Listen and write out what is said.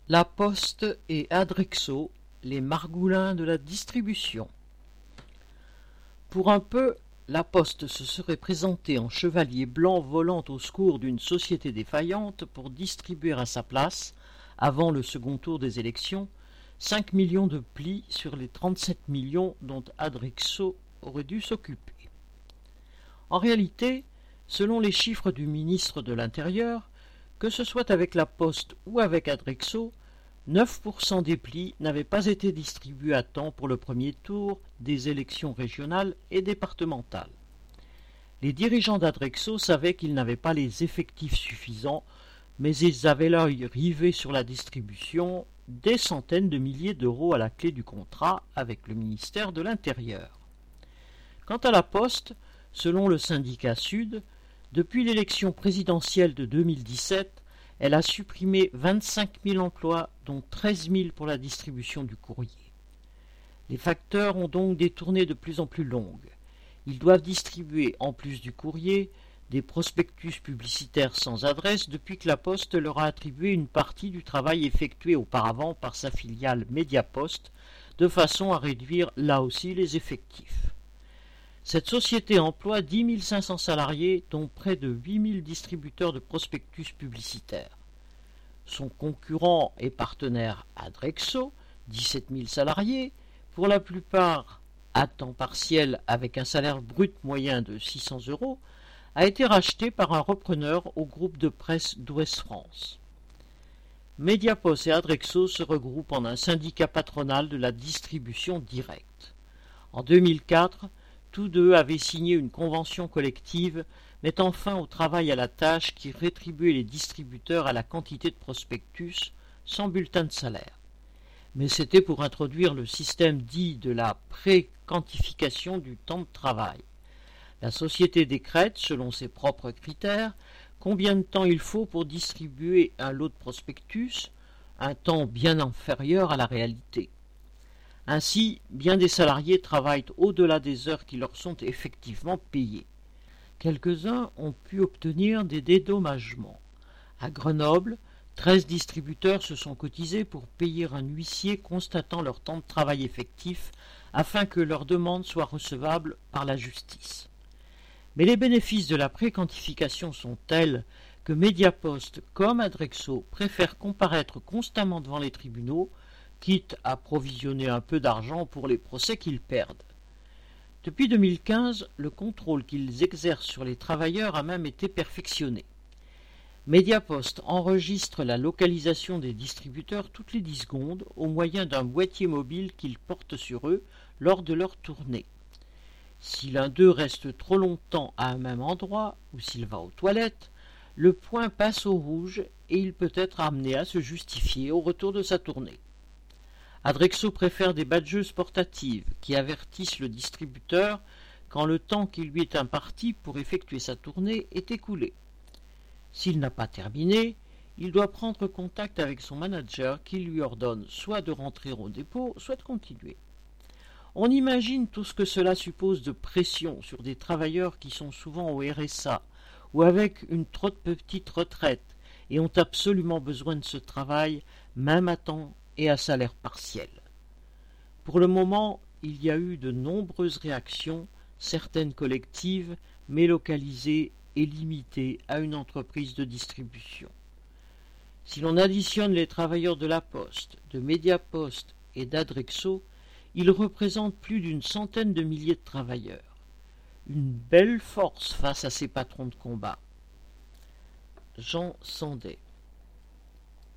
La Poste et Adrexo, les margoulins de la distribution. Pour un peu, la Poste se serait présentée en chevalier blanc volant au secours d'une société défaillante pour distribuer à sa place, avant le second tour des élections, 5 millions de plis sur les 37 millions dont Adrexo aurait dû s'occuper. En réalité, selon les chiffres du ministre de l'Intérieur, que ce soit avec la Poste ou avec Adrexo, 9% des plis n'avaient pas été distribués à temps pour le premier tour des élections régionales et départementales. Les dirigeants d'Adrexo savaient qu'ils n'avaient pas les effectifs suffisants, mais ils avaient l'œil rivé sur la distribution des centaines de milliers d'euros à la clé du contrat avec le ministère de l'Intérieur. Quant à la Poste, selon le syndicat Sud, depuis l'élection présidentielle de 2017, elle a supprimé 25 000 emplois, dont 13 000 pour la distribution du courrier. Les facteurs ont donc des tournées de plus en plus longues. Ils doivent distribuer, en plus du courrier, des prospectus publicitaires sans adresse depuis que la Poste leur a attribué une partie du travail effectué auparavant par sa filiale Mediapost, de façon à réduire là aussi les effectifs. Cette société emploie 10 500 salariés, dont près de 8 000 distributeurs de prospectus publicitaires. Son concurrent et partenaire Adrexo, 17 000 salariés, pour la plupart à temps partiel avec un salaire brut moyen de 600 euros, a été racheté par un repreneur au groupe de presse d'Ouest France. Mediapost et Adrexo se regroupent en un syndicat patronal de la distribution directe. En 2004, tous deux avaient signé une convention collective mettant fin au travail à la tâche qui rétribuait les distributeurs à la quantité de prospectus sans bulletin de salaire. Mais c'était pour introduire le système dit de la pré-quantification du temps de travail. La société décrète, selon ses propres critères, combien de temps il faut pour distribuer un lot de prospectus, un temps bien inférieur à la réalité. Ainsi, bien des salariés travaillent au-delà des heures qui leur sont effectivement payées. Quelques-uns ont pu obtenir des dédommagements. À Grenoble, 13 distributeurs se sont cotisés pour payer un huissier constatant leur temps de travail effectif afin que leur demande soit recevable par la justice. Mais les bénéfices de la préquantification sont tels que Mediapost comme Adrexo préfèrent comparaître constamment devant les tribunaux, quitte à provisionner un peu d'argent pour les procès qu'ils perdent. Depuis 2015, le contrôle qu'ils exercent sur les travailleurs a même été perfectionné. Mediapost enregistre la localisation des distributeurs toutes les 10 secondes au moyen d'un boîtier mobile qu'ils portent sur eux lors de leur tournée. Si l'un d'eux reste trop longtemps à un même endroit ou s'il va aux toilettes, le point passe au rouge et il peut être amené à se justifier au retour de sa tournée. Adrexo préfère des badgeuses portatives qui avertissent le distributeur quand le temps qui lui est imparti pour effectuer sa tournée est écoulé. S'il n'a pas terminé, il doit prendre contact avec son manager qui lui ordonne soit de rentrer au dépôt, soit de continuer. On imagine tout ce que cela suppose de pression sur des travailleurs qui sont souvent au RSA ou avec une trop petite retraite et ont absolument besoin de ce travail, même à temps et à salaire partiel. Pour le moment, il y a eu de nombreuses réactions, certaines collectives, mais localisées et limitées à une entreprise de distribution. Si l'on additionne les travailleurs de la Poste, de Mediapost et d'Adrexo, ils représentent plus d'une centaine de milliers de travailleurs. Une belle force face à ces patrons de combat. Jean Sandet.